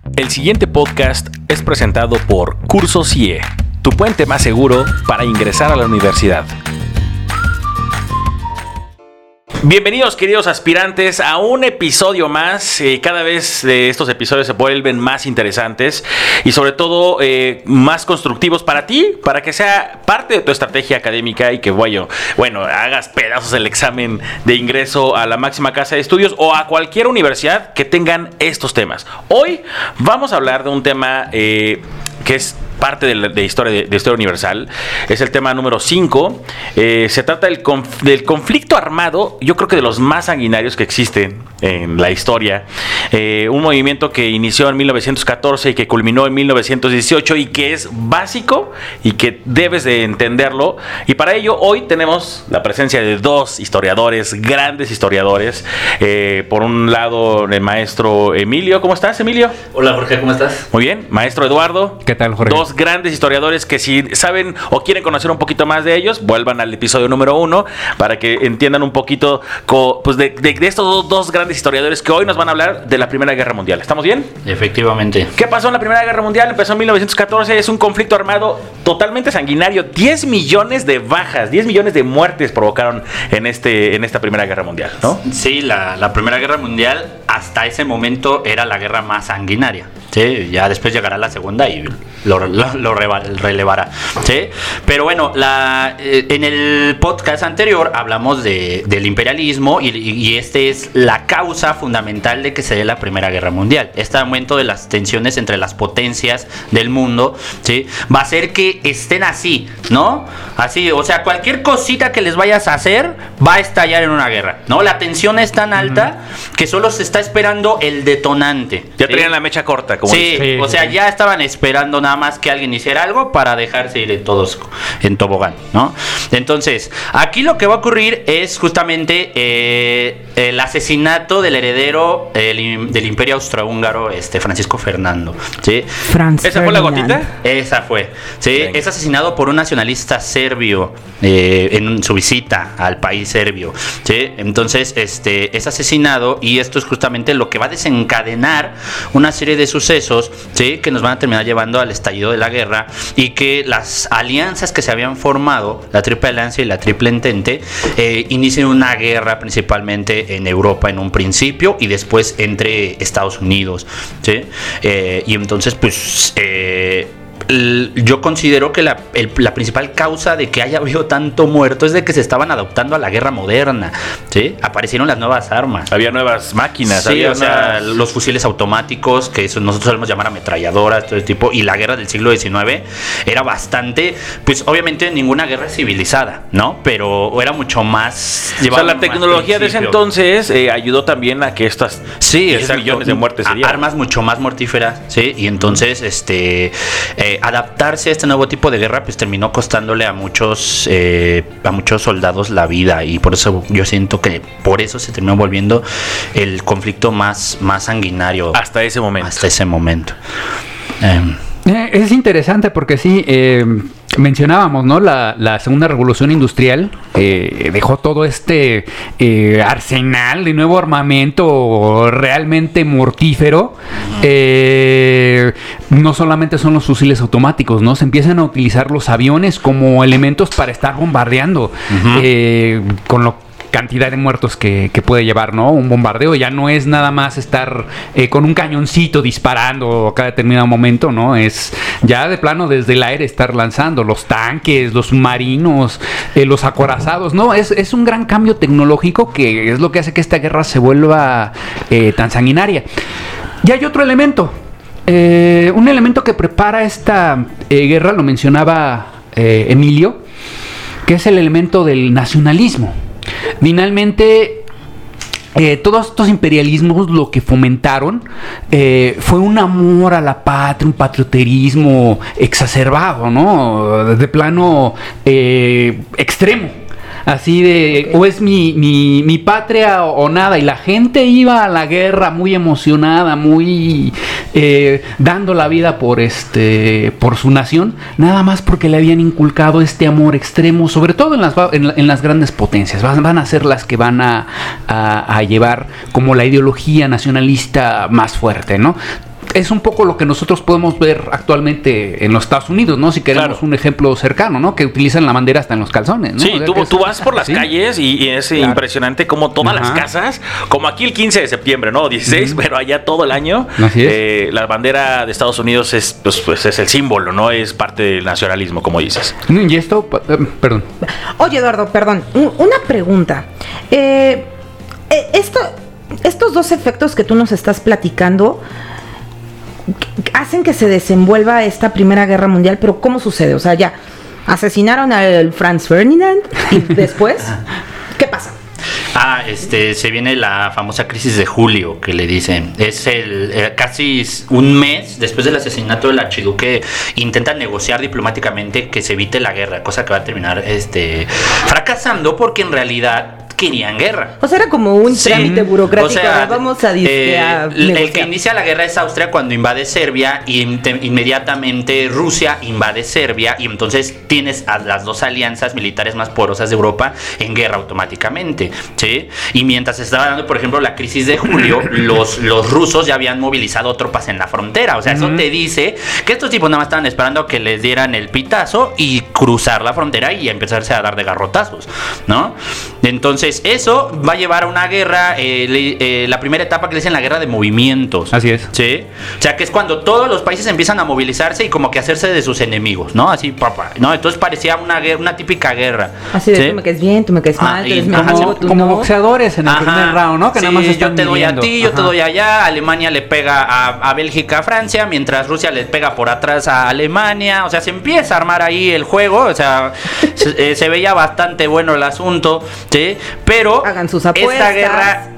El siguiente podcast es presentado por Cursos IE, tu puente más seguro para ingresar a la universidad. Bienvenidos, queridos aspirantes, a un episodio más. Cada vez estos episodios se vuelven más interesantes y sobre todo más constructivos para ti, para que sea parte de tu estrategia académica y que bueno, hagas pedazos el examen de ingreso a la máxima casa de estudios o a cualquier universidad que tengan estos temas. Hoy vamos a hablar de un tema que es parte de historia universal. Es el tema número 5. Se trata del conflicto armado, yo creo que de los más sanguinarios que existen en la historia. Un movimiento que inició en 1914 y que culminó en 1918 y que es básico y que debes de entenderlo. Y para ello hoy tenemos la presencia de dos historiadores, grandes historiadores. Por un lado, el maestro Emilio. ¿Cómo estás, Emilio? Hola, Jorge, ¿cómo estás? Muy bien. Maestro Eduardo. ¿Qué tal, Jorge? Dos grandes historiadores que si saben o quieren conocer un poquito más de ellos, vuelvan al episodio número 1 para que entiendan un poquito pues de estos dos grandes historiadores que hoy nos van a hablar de la Primera Guerra Mundial. ¿Estamos bien? Efectivamente. ¿Qué pasó en la Primera Guerra Mundial? Empezó en 1914, es un conflicto armado totalmente sanguinario. 10 millones de bajas, 10 millones de muertes provocaron en esta Primera Guerra Mundial, ¿no? Sí, la Primera Guerra Mundial hasta ese momento era la guerra más sanguinaria. Sí, ya después llegará la segunda y lo relevará. ¿Sí? Pero bueno, en el podcast anterior hablamos del imperialismo y este es la causa fundamental de que se dé la Primera Guerra Mundial. Este aumento de las tensiones entre las potencias del mundo, ¿sí? Va a hacer que estén así, ¿no? Así, o sea, cualquier cosita que les vayas a hacer va a estallar en una guerra, ¿no? La tensión es tan alta que solo se está esperando el detonante. Ya ¿sí? tenían la mecha corta, como sí, o sea, ya estaban esperando nada más que alguien hiciera algo para dejarse ir todos en tobogán, ¿no? Entonces, aquí lo que va a ocurrir es justamente el asesinato del heredero del Imperio Austrohúngaro, Francisco Fernando, ¿sí? ¿Esa fue la gotita? Esa fue, ¿sí? Venga. Es asesinado por un nacionalista serbio en su visita al país serbio, ¿sí? Entonces, es asesinado y esto es justamente lo que va a desencadenar una serie de sucesos, ¿sí? Que nos van a terminar llevando al estallido de la guerra y que las alianzas que se habían formado, la Triple Alianza y la Triple Entente, inician una guerra principalmente en Europa en un principio y después entre Estados Unidos, ¿sí? Y entonces pues yo considero que la principal causa de que haya habido tanto muerto es de que se estaban adaptando a la guerra moderna, ¿sí? Aparecieron las nuevas armas. Había nuevas máquinas. Sí, o sea, los fusiles automáticos, que eso nosotros solemos llamar ametralladoras, todo ese tipo, y la guerra del siglo XIX era bastante, pues obviamente ninguna guerra civilizada, ¿no? Pero era mucho más... O sea, la tecnología de ese entonces ayudó también a que estas 10 millones de muertes se dieran. Armas mucho más mortíferas, ¿sí? Y entonces, adaptarse a este nuevo tipo de guerra pues terminó costándole a muchos soldados la vida y por eso yo siento que por eso se terminó volviendo el conflicto más sanguinario hasta ese momento. Es interesante porque sí, mencionábamos, ¿no? La segunda revolución industrial dejó todo este arsenal de nuevo armamento realmente mortífero. No solamente son los fusiles automáticos, ¿no? Se empiezan a utilizar los aviones como elementos para estar bombardeando con lo cantidad de muertos que puede llevar, ¿no? Un bombardeo ya no es nada más estar con un cañoncito disparando a cada determinado momento, ¿no? Es ya de plano desde el aire estar lanzando los tanques, los submarinos, los acorazados, ¿no? Es un gran cambio tecnológico que es lo que hace que esta guerra se vuelva tan sanguinaria. Y hay otro elemento, un elemento que prepara esta guerra, lo mencionaba Emilio, que es el elemento del nacionalismo. Finalmente, todos estos imperialismos lo que fomentaron fue un amor a la patria, un patrioterismo exacerbado, ¿no? De plano extremo. Así de, o es mi patria o nada. Y la gente iba a la guerra muy emocionada, muy dando la vida por su nación, nada más porque le habían inculcado este amor extremo, sobre todo en las grandes potencias. Van a ser las que van a llevar como la ideología nacionalista más fuerte, ¿no? es un poco lo que nosotros podemos ver actualmente en los Estados Unidos, ¿no? Si queremos un ejemplo cercano, ¿no? Que utilizan la bandera hasta en los calzones, ¿no? Sí, O sea, tú vas por las calles y es impresionante como todas las casas, como aquí el 15 de septiembre, ¿no? 16, pero allá todo el año. Así es. La bandera de Estados Unidos es, pues es el símbolo, ¿no? Es parte del nacionalismo, como dices. Y esto, perdón. Oye, Eduardo, perdón, una pregunta. Estos dos efectos que tú nos estás platicando hacen que se desenvuelva esta Primera Guerra Mundial, pero ¿cómo sucede? O sea, ya asesinaron al Franz Ferdinand y después, ¿qué pasa? Se viene la famosa crisis de julio, que le dicen. Es casi un mes después del asesinato del archiduque. Intentan negociar diplomáticamente que se evite la guerra, cosa que va a terminar fracasando, porque en realidad querían guerra. O sea, era como un trámite burocrático. O sea, vamos a el que inicia la guerra es Austria cuando invade Serbia, y inmediatamente Rusia invade Serbia, y entonces tienes a las dos alianzas militares más poderosas de Europa en guerra automáticamente, ¿sí? Y mientras estaba dando, por ejemplo, la crisis de julio, los rusos ya habían movilizado tropas en la frontera. O sea, eso te dice que estos tipos nada más estaban esperando que les dieran el pitazo y cruzar la frontera y empezarse a dar de garrotazos, ¿no? Entonces eso va a llevar a una guerra, la primera etapa que le dicen la guerra de movimientos. Así es. ¿Sí? O sea, que es cuando todos los países empiezan a movilizarse y como que hacerse de sus enemigos, ¿no? Así, ¿no? Entonces parecía una típica guerra. Así de, ¿sí? Tú me caes bien, tú me caes mal, tú eres mi amigo, tú como no. boxeadores en el primer round, ¿no? Que nada más están yo te doy midiendo. A ti, yo te doy allá. Alemania le pega a Bélgica, a Francia, mientras Rusia le pega por atrás a Alemania. O sea, se empieza a armar ahí el juego. O sea, se veía bastante bueno el asunto, ¿sí? Pero hagan sus apuestas. Esta guerra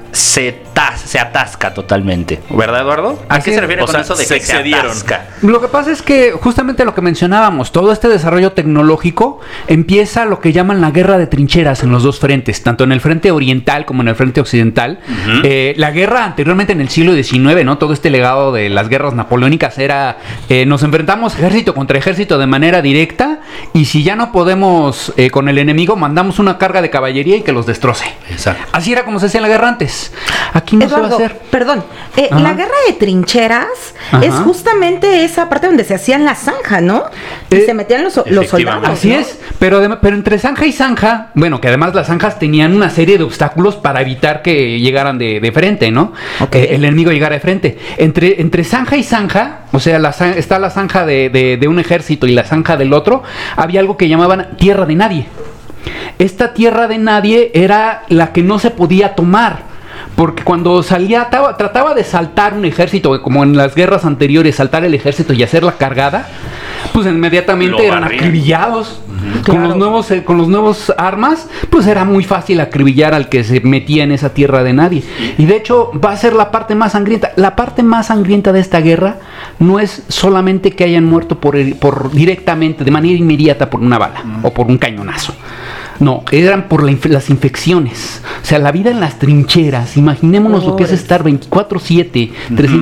se atasca totalmente, ¿verdad, Eduardo? ¿A qué se refiere con eso de que se atasca? Lo que pasa es que justamente lo que mencionábamos, todo este desarrollo tecnológico empieza lo que llaman la guerra de trincheras en los dos frentes, tanto en el frente oriental como en el frente occidental. La guerra anteriormente en el siglo XIX, ¿no? Todo este legado de las guerras napoleónicas era nos enfrentamos ejército contra ejército de manera directa, y si ya no podemos con el enemigo, mandamos una carga de caballería y que los destroce. Exacto. Así era como se hacía en la guerra antes. Aquí no Eduardo, se va a hacer. Perdón, la guerra de trincheras es justamente esa parte donde se hacían la zanja, ¿no? Y se metían los soldados. Así es, pero entre zanja y zanja, bueno, que además las zanjas tenían una serie de obstáculos para evitar que llegaran de frente, ¿no? Okay. El enemigo llegara de frente. Entre zanja y zanja, o sea, está la zanja de un ejército y la zanja del otro, había algo que llamaban tierra de nadie. Esta tierra de nadie era la que no se podía tomar, porque cuando trataba de saltar un ejército, como en las guerras anteriores, saltar el ejército y hacer la cargada, pues inmediatamente eran acribillados. Con los nuevos armas, pues era muy fácil acribillar al que se metía en esa tierra de nadie. Y de hecho va a ser la parte más sangrienta. La parte más sangrienta de esta guerra no es solamente que hayan muerto por directamente, de manera inmediata, por una bala o por un cañonazo. No, eran por las infecciones. O sea, la vida en las trincheras. Imaginémonos lo que es estar 24/7,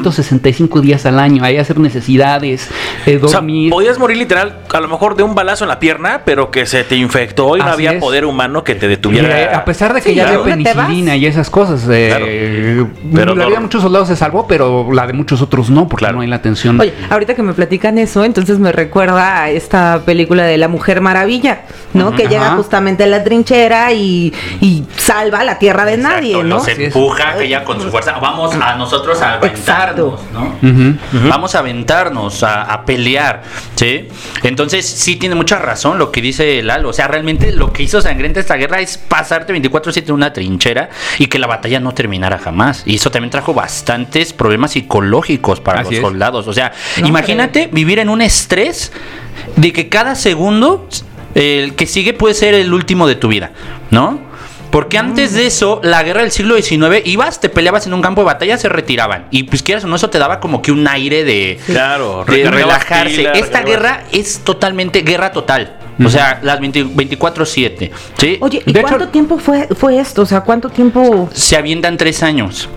365 días al año, ahí hacer necesidades, dormir. O sea, podías morir literal, a lo mejor de un balazo en la pierna, pero que se te infectó y no había poder humano que te detuviera. A pesar de que ya había penicilina y esas cosas. Pero la vida de muchos soldados se salvó, pero la de muchos otros no, porque no hay la atención. Oye, ahorita que me platican eso, entonces me recuerda a esta película de La Mujer Maravilla, ¿no? Que llega justamente a la trinchera y salva la tierra de nadie, ¿no? Los empuja ella con su fuerza. Vamos a nosotros a aventarnos, ¿no? Vamos a aventarnos, a pelear, ¿sí? Entonces sí tiene mucha razón lo que dice Lalo. O sea, realmente lo que hizo sangrienta esta guerra es pasarte 24/7 en una trinchera y que la batalla no terminara jamás. Y eso también trajo bastantes problemas psicológicos para los soldados. O sea, imagínate vivir en un estrés de que cada segundo el que sigue puede ser el último de tu vida, ¿no? Porque antes de eso, la guerra del siglo XIX, te peleabas en un campo de batalla, se retiraban. Y pues quieras o no, eso te daba como que un aire de relajarse. Esta guerra es totalmente guerra total. O sea, las 24/7, ¿sí? Oye, ¿y cuánto tiempo fue esto? O sea, ¿cuánto tiempo? Se avientan 3 años.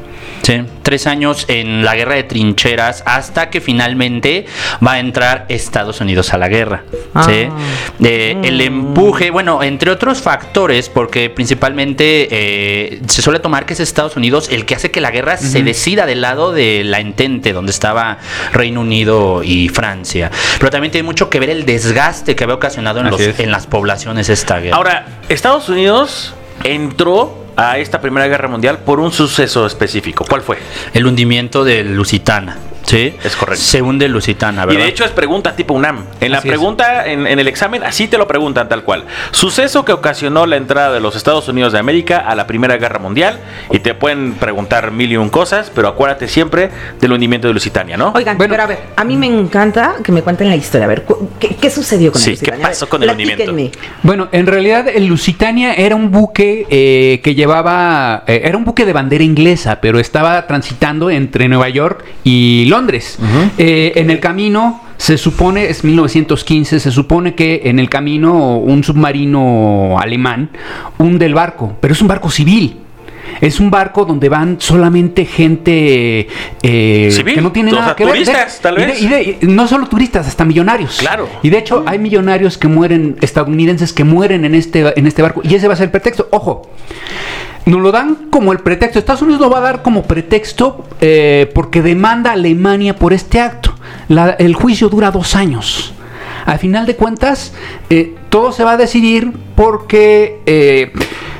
Sí, 3 años en la guerra de trincheras hasta que finalmente va a entrar Estados Unidos a la guerra. ¿Sí? El empuje, bueno, entre otros factores, porque principalmente se suele tomar que es Estados Unidos el que hace que la guerra se decida del lado de la Entente, donde estaba Reino Unido y Francia. Pero también tiene mucho que ver el desgaste que había ocasionado en las poblaciones esta guerra. Ahora, Estados Unidos entró a esta Primera Guerra Mundial por un suceso específico. ¿Cuál fue? El hundimiento de Lusitania. Sí, es correcto. Se hunde Lusitania, ¿verdad? Y de hecho es pregunta tipo UNAM. En la Así pregunta, en el examen, así te lo preguntan tal cual. Suceso que ocasionó la entrada de los Estados Unidos de América a la Primera Guerra Mundial. Y te pueden preguntar mil y un cosas, pero acuérdate siempre del hundimiento de Lusitania, ¿no? Oigan, Bueno. pero a ver, a mí me encanta que me cuenten la historia. A ver, ¿qué sucedió con Sí, el Lusitania? ¿qué pasó con el hundimiento? Platíquenme. Bueno, en realidad el Lusitania era un buque que llevaba, era un buque de bandera inglesa, pero estaba transitando entre Nueva York y Londres. En el camino, se supone, es 1915, se supone que en el camino un submarino alemán hunde el barco, pero es un barco civil. Es un barco donde van solamente gente ¿Civil? que no tiene O nada sea, que ver. turistas, tal vez. Y no solo turistas, hasta millonarios. Claro. Y de hecho hay millonarios que mueren, estadounidenses que mueren en este barco. Y ese va a ser el pretexto. Ojo, nos lo dan como el pretexto. Estados Unidos lo va a dar como pretexto porque demanda a Alemania por este acto. El juicio dura 2 años. Al final de cuentas, todo se va a decidir porque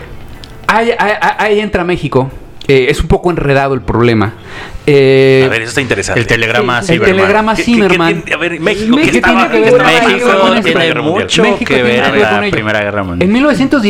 ahí entra México. Es un poco enredado el problema. A ver, eso está interesante. El telegrama El Zimmermann. telegrama Zimmermann. A ver, México, ¿Qué que estaba tiene que ver ahí México con la con Primera tiene Guerra Mundial. mucho México que tiene ver que en ver con la ello. Primera Guerra Mundial. En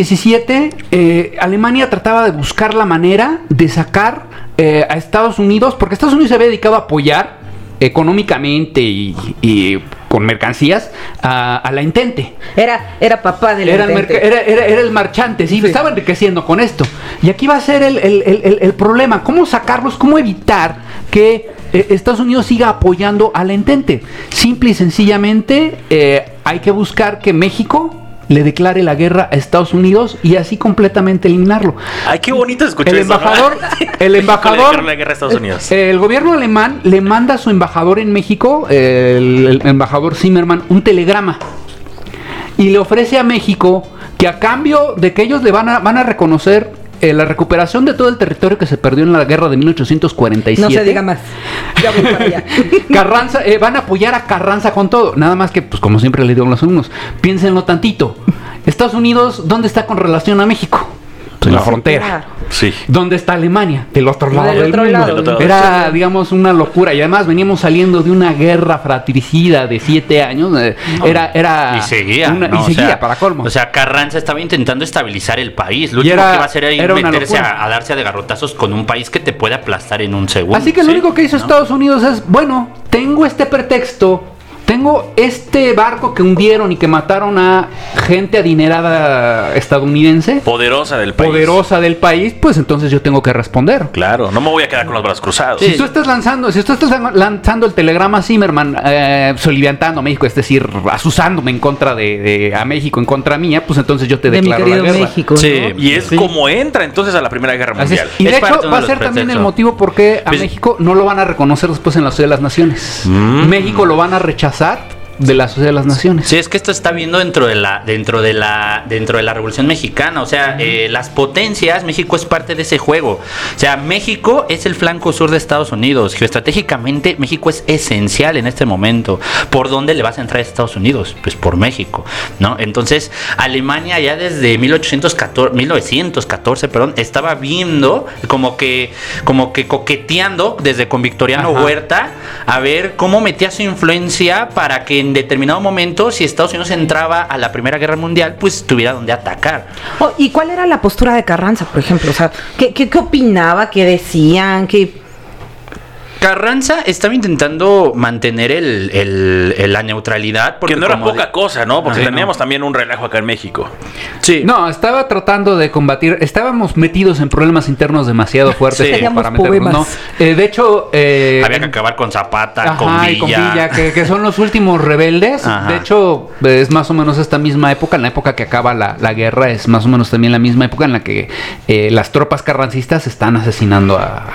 1917, Alemania trataba de buscar la manera de sacar a Estados Unidos, porque Estados Unidos se había dedicado a apoyar económicamente y con mercancías a la Entente. Era papá del Era Entente. el marchante, sí, Sí. estaba enriqueciendo con esto. Y aquí va a ser el problema, cómo sacarlos, cómo evitar que Estados Unidos siga apoyando a la Entente. Simple y sencillamente hay que buscar que México le declare la guerra a Estados Unidos y así completamente eliminarlo. Ay, qué bonito escuchar El eso, ¿no? embajador, el Le embajador, declaró la guerra a Estados Unidos. el gobierno alemán le manda a su embajador en México, el embajador Zimmermann, un telegrama y le ofrece a México que a cambio de que ellos le van a reconocer la recuperación de todo el territorio que se perdió en la guerra de 1847. No se diga más. Ya voy para allá. Carranza, van a apoyar a Carranza con todo. Nada más que, pues como siempre le digo a los alumnos, piénsenlo tantito. Estados Unidos, ¿dónde está con relación a México? Pues en la frontera. Sí. ¿Dónde está Alemania? Del otro lado Del del otro mundo. lado. Del otro lado. Era, digamos, una locura. Y además veníamos saliendo de una guerra fratricida de 7 años. Era Y seguía, una- ¿no? y seguía, para colmo. O sea, Carranza estaba intentando estabilizar el país. Lo Y último era- que va a hacer ahí era una meterse locura. a darse de garrotazos con un país que te puede aplastar en un segundo. Así que lo ¿sí? único que hizo ¿No? Estados Unidos es, bueno, tengo este pretexto, tengo este barco que hundieron y que mataron a gente adinerada estadounidense, Poderosa del país. poderosa del país, pues entonces yo tengo que responder. Claro, no me voy a quedar con los brazos cruzados. Si tú estás lanzando el telegrama Zimmermann, soliviantando a México, es decir, asusándome en contra a México en contra mía, pues entonces yo te De mi declaro querido la guerra. México. Sí. ¿no? Y es como entra entonces a la Primera Guerra Así es. Mundial. Y de Es parte hecho de va a uno de ser los también el pretextos. motivo por qué a Pues- México no lo van a reconocer después en la Sociedad de las Naciones. México lo van a rechazar de la Sociedad de las Naciones. Sí, es que esto está viendo dentro de la Revolución Mexicana. O sea, las potencias, México es parte de ese juego. O sea, México es el flanco sur de Estados Unidos. Geoestratégicamente, México es esencial en este momento. ¿Por dónde le vas a entrar a Estados Unidos? Pues por México, ¿no? Entonces, Alemania ya desde 1914, estaba viendo como que coqueteando desde con Victoriano Ajá. Huerta a ver cómo metía su influencia para que en determinado momento, si Estados Unidos entraba a la Primera Guerra Mundial, pues tuviera donde atacar. Oh, ¿y cuál era la postura de Carranza, por ejemplo? O sea, ¿qué opinaba? ¿Qué decían? Carranza estaba intentando mantener la neutralidad. Que no era poca cosa, ¿no? Porque teníamos también un relajo acá en México. Sí. No, estaba tratando de combatir. Estábamos metidos en problemas internos demasiado fuertes para meternos, ¿no? De hecho... había que acabar con Zapata, con Villa. Que son los últimos rebeldes. De hecho, es más o menos esta misma época, en la época que acaba la guerra, es más o menos también la misma época en la que las tropas carrancistas están asesinando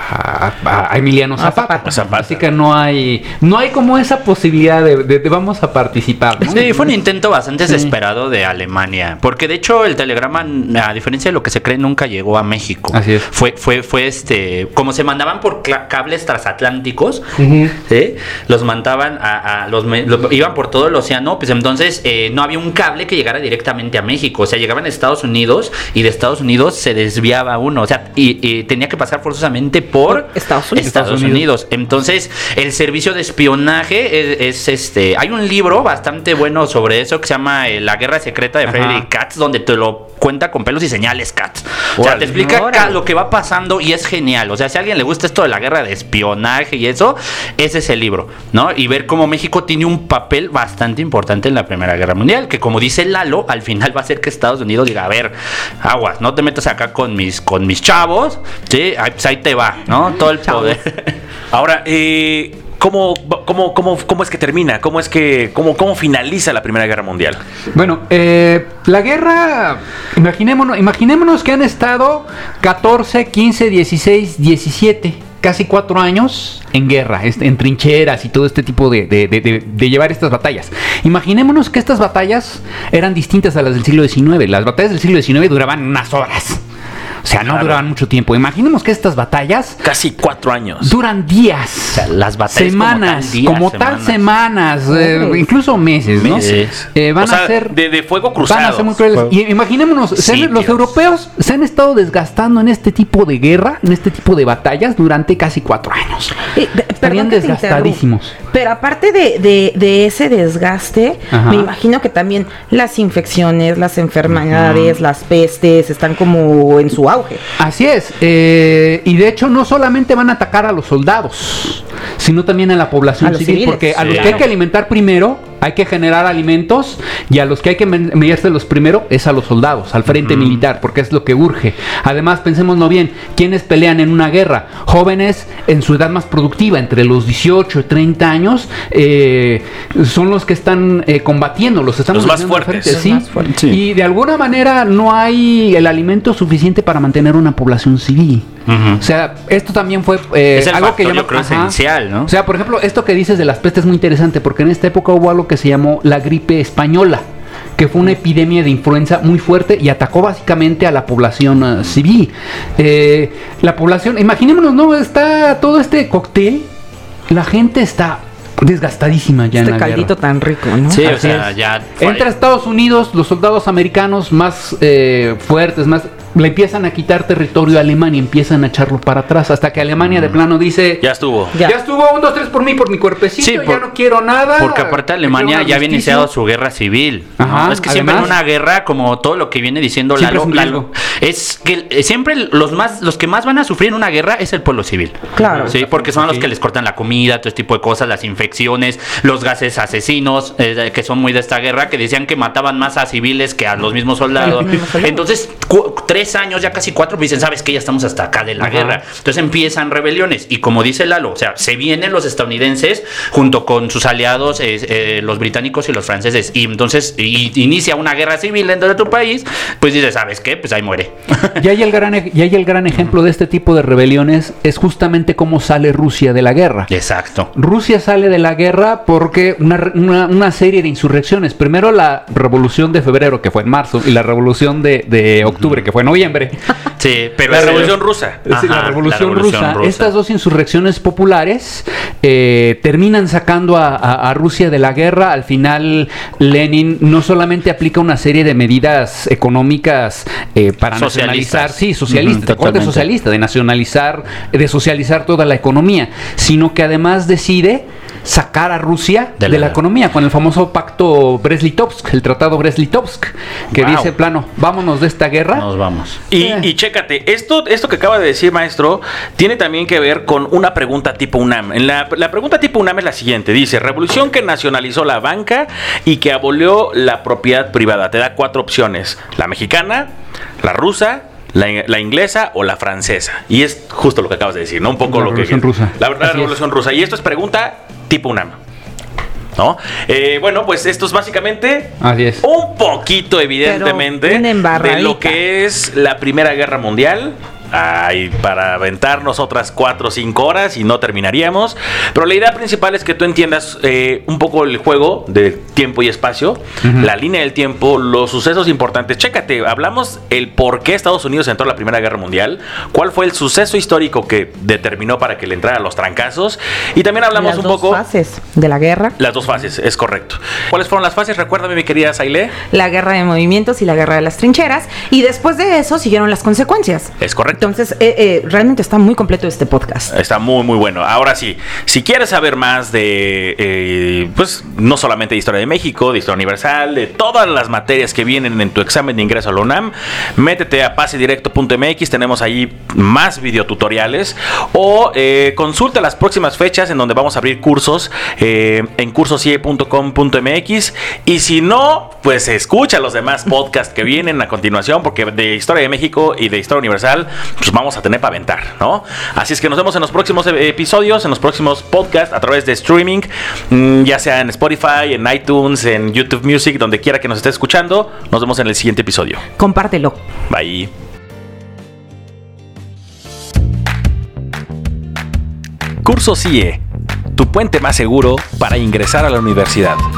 a Emiliano Zapata. Así que no hay como esa posibilidad de vamos a participar, ¿no? Sí, fue un intento bastante desesperado de Alemania, porque de hecho el telegrama, a diferencia de lo que se cree, nunca llegó a México. Así es. Fue como se mandaban por cables transatlánticos, ¿sí? Los mandaban iban por todo el océano, pues entonces no había un cable que llegara directamente a México, o sea, llegaban a Estados Unidos y de Estados Unidos se desviaba uno, o sea, y tenía que pasar forzosamente por Estados Unidos. Entonces, el servicio de espionaje hay un libro bastante bueno sobre eso que se llama La Guerra Secreta de Frederick Katz, donde te lo cuenta con pelos y señales Katz. O sea, te explica lo que va pasando y es genial. O sea, si a alguien le gusta esto de la guerra de espionaje y eso, ese es el libro, ¿no? Y ver cómo México tiene un papel bastante importante en la Primera Guerra Mundial, que como dice Lalo, al final va a ser que Estados Unidos diga, a ver, aguas, no te metas acá con mis chavos, ¿sí? Pues ahí te va, ¿no? Todo el poder. Ahora, ¿cómo es que termina? ¿Cómo finaliza la Primera Guerra Mundial? Bueno, la guerra, imaginémonos que han estado 14, 15, 16, 17, casi 4 años en guerra, en trincheras y todo este tipo de llevar estas batallas. Imaginémonos que estas batallas eran distintas a las del siglo XIX. Las batallas del siglo XIX duraban unas horas. O sea, no duraban mucho tiempo. Imaginemos que estas batallas... Casi 4 años. Duran días. O sea, las batallas semanas. Semanas. Incluso meses, ¿no? Van a ser... De fuego cruzado. Van a ser muy crueles. Y imaginémonos, los europeos se han estado desgastando en este tipo de guerra, en este tipo de batallas, durante casi 4 años. Estarían desgastadísimos. Pero aparte de ese desgaste, me imagino que también las infecciones, las enfermedades, las pestes, están como en su auge. Así es, y de hecho no solamente van a atacar a los soldados, sino también a la población civil, porque a los que hay que alimentar primero, hay que generar alimentos, y a los que hay que medírselos primero es a los soldados, al frente militar, porque es lo que urge. Además, pensémoslo bien, ¿quiénes pelean en una guerra? Jóvenes en su edad más productiva, entre los 18 y 30 años, son los que están combatiendo, los más fuertes. ¿sí? Y de alguna manera no hay el alimento suficiente para mantener una población civil. O sea, esto también fue es algo factor, que yo creo esencial, ¿no? O sea, por ejemplo, esto que dices de las pestes es muy interesante, porque en esta época hubo algo que se llamó la gripe española, que fue una epidemia de influenza muy fuerte y atacó básicamente a la población civil. La población, imaginémonos, ¿no? Está todo este cóctel, la gente está desgastadísima ya en la caldito guerra. Tan rico, ¿no? Sí, Así o sea, es. ya entra a Estados Unidos, los soldados americanos más fuertes, más le empiezan a quitar territorio a Alemania, empiezan a echarlo para atrás, hasta que Alemania de plano dice, ya estuvo, 1, 2, 3 por mí, por mi cuerpecito, ya no quiero nada. Porque aparte Alemania ya había iniciado su guerra civil. Ajá, es que siempre en una guerra, como todo lo que viene diciendo Lalo, es que siempre los que más van a sufrir en una guerra es el pueblo civil. Claro. Sí, porque son los que les cortan la comida, todo este tipo de cosas, las infecciones, los gases asesinos, que son muy de esta guerra, que decían que mataban más a civiles que a los mismos soldados. Entonces, 3 años, ya casi 4, dicen, ¿sabes qué? Ya estamos hasta acá de la guerra. Entonces empiezan rebeliones. Y como dice Lalo, o sea, se vienen los estadounidenses junto con sus aliados, los británicos y los franceses. Y entonces inicia una guerra civil dentro de tu país. Pues dices, ¿sabes qué? Pues ahí muere. Y ahí el gran ejemplo de este tipo de rebeliones es justamente cómo sale Rusia de la guerra. Exacto. Rusia sale de la guerra porque una serie de insurrecciones. Primero la revolución de febrero, que fue en marzo, y la revolución de octubre, que fue en noviembre. Sí, pero la revolución rusa. Sí, la revolución rusa. Estas dos insurrecciones populares terminan sacando a Rusia de la guerra. Al final, Lenin no solamente aplica una serie de medidas económicas para nacionalizar, socialista, de corte socialista, de nacionalizar, de socializar toda la economía, sino que además decide sacar a Rusia De de la la economía con el famoso pacto Brest-Litovsk, el tratado Brest-Litovsk, que Wow. dice plano, vámonos de esta guerra. Nos vamos. Y chécate, esto que acaba de decir, maestro, tiene también que ver con una pregunta tipo UNAM. La pregunta tipo UNAM es la siguiente. Dice, revolución que nacionalizó la banca y que abolió la propiedad privada. Te da 4 opciones. La mexicana, la rusa, la inglesa o la francesa. Y es justo lo que acabas de decir, ¿no? Un poco La lo que... Revolución Rusa. La Así es. revolución rusa. Y esto es pregunta tipo UNAM. ¿No? Bueno, pues esto es básicamente Así es. un poquito, evidentemente, Pero una de embarradita. lo que es la Primera Guerra Mundial. Ay, para aventarnos otras 4 o 5 horas y no terminaríamos. Pero la idea principal es que tú entiendas un poco el juego de tiempo y espacio, la línea del tiempo, los sucesos importantes. Chécate, hablamos el por qué Estados Unidos entró a la Primera Guerra Mundial, cuál fue el suceso histórico que determinó para que le entrara los trancazos. Y también hablamos Las un dos poco... fases de la guerra. Las 2 fases, es correcto. ¿Cuáles fueron las fases? Recuérdame, mi querida Saile. La guerra de movimientos y la guerra de las trincheras. Y después de eso siguieron las consecuencias. Es correcto. Entonces, realmente está muy completo este podcast. Está muy, muy bueno. Ahora sí, si quieres saber más de, pues, no solamente de Historia de México, de Historia Universal, de todas las materias que vienen en tu examen de ingreso a la UNAM, métete a pasedirecto.mx, tenemos ahí más videotutoriales, o consulta las próximas fechas en donde vamos a abrir cursos en cursosie.com.mx, y si no, pues escucha los demás podcasts que vienen a continuación, porque de Historia de México y de Historia Universal, pues vamos a tener para aventar, ¿no? Así es que nos vemos en los próximos episodios, en los próximos podcasts a través de streaming, ya sea en Spotify, en iTunes, en YouTube Music, donde quiera que nos esté escuchando. Nos vemos en el siguiente episodio. Compártelo. Bye. Curso CIE, tu puente más seguro para ingresar a la universidad.